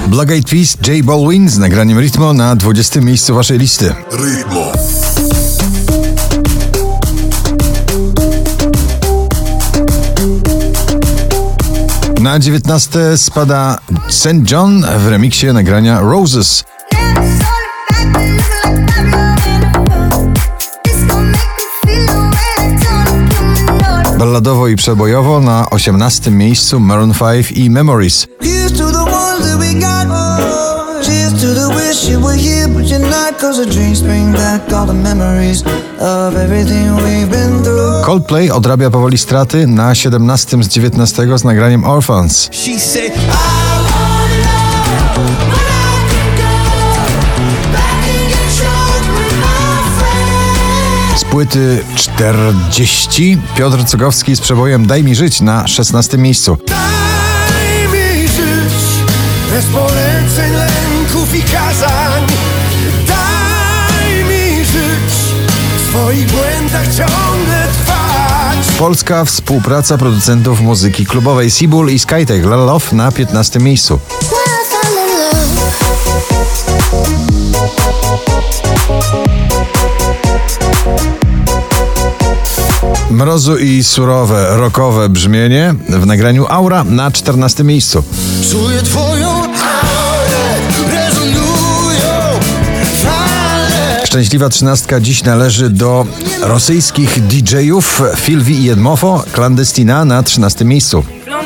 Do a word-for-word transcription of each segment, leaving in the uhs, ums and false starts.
Black Eyed Peas, J Balvin z nagraniem Ritmo na dwudziestym miejscu waszej listy. Ritmo. Na dziewiętnaste spada Saint John w remiksie nagrania Roses. Balladowo i przebojowo na osiemnastym miejscu Maroon pięć i Memories. Coldplay odrabia powoli straty na siedemnastym z dziewiętnastego z nagraniem Orphans. Z płyty czterdzieści Piotr Cugowski z przebojem Daj mi żyć na szesnastym miejscu. Daj mi żyć bez poleceń, lęków i kazań. Daj mi żyć w swoich błędach ciągle trwać. Polska współpraca producentów muzyki klubowej Seabull i Skytech La Love na piętnastym miejscu. Mrozu i surowe, rockowe brzmienie w nagraniu Aura na czternastym miejscu. Czuję twoją aurę, rezonują fale. Szczęśliwa trzynastka dziś należy do rosyjskich didżejów Filwi i Edmofo, Clandestina na trzynastym miejscu.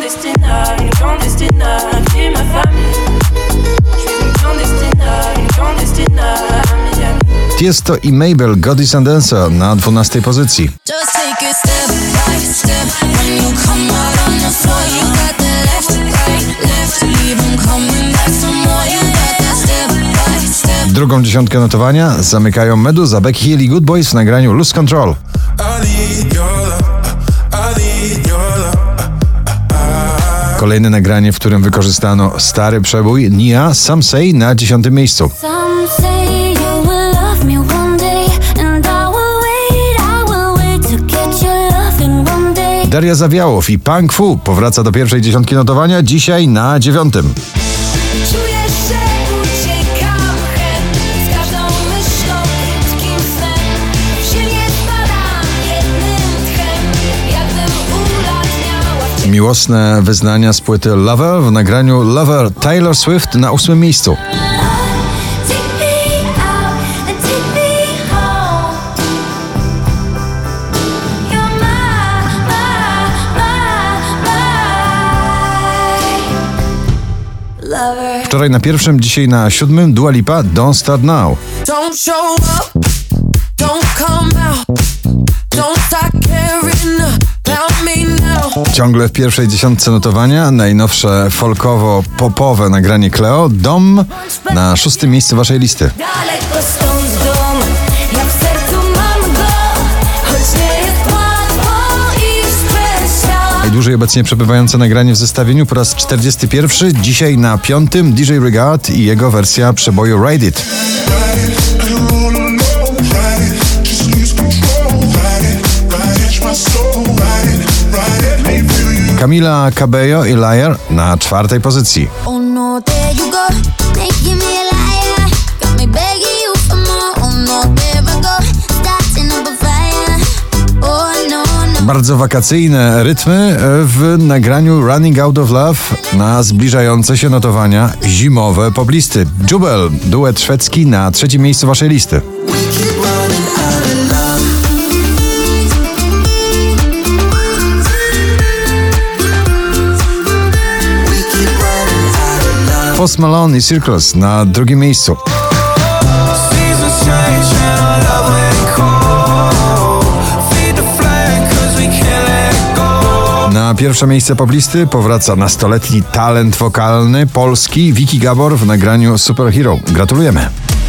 Tiesto i Mabel, God is a Dancer na dwunastej pozycji. Drugą dziesiątkę notowania zamykają Meduza, Becky Hill i Good Boys w nagraniu Lose Control. Kolejne nagranie, w którym wykorzystano stary przebój Nia, Some Say na dziesiątym miejscu. Daria Zawiałow i Punk Fu powraca do pierwszej dziesiątki notowania, dzisiaj na dziewiątym. Miłosne wyznania z płyty Lover w nagraniu Lover Taylor Swift na ósmym miejscu. Wczoraj na pierwszym, dzisiaj na siódmym Dua Lipa Don't Start Now. Don't show up, don't come out, don't start caring about me now. Ciągle w pierwszej dziesiątce notowania najnowsze folkowo-popowe nagranie Cleo, Dom na szóstym miejscu waszej listy. Daleko stąd dom, ja w sercu mam go, choć nie jest łatwo i speszał. Najdłużej obecnie przebywające nagranie w zestawieniu po raz czterdziesty pierwszy, dzisiaj na piątym D J Regard i jego wersja przeboju Ride It. Camila Cabello i Liar na czwartej pozycji. Bardzo wakacyjne rytmy w nagraniu Running Out of Love na zbliżające się notowania zimowe poblisty. Jubel, duet szwedzki na trzecim miejscu waszej listy. Post Malone i Circles na drugim miejscu. Na pierwsze miejsce poblisty powraca nastoletni talent wokalny polski Wiki Gabor w nagraniu Superhero. Gratulujemy.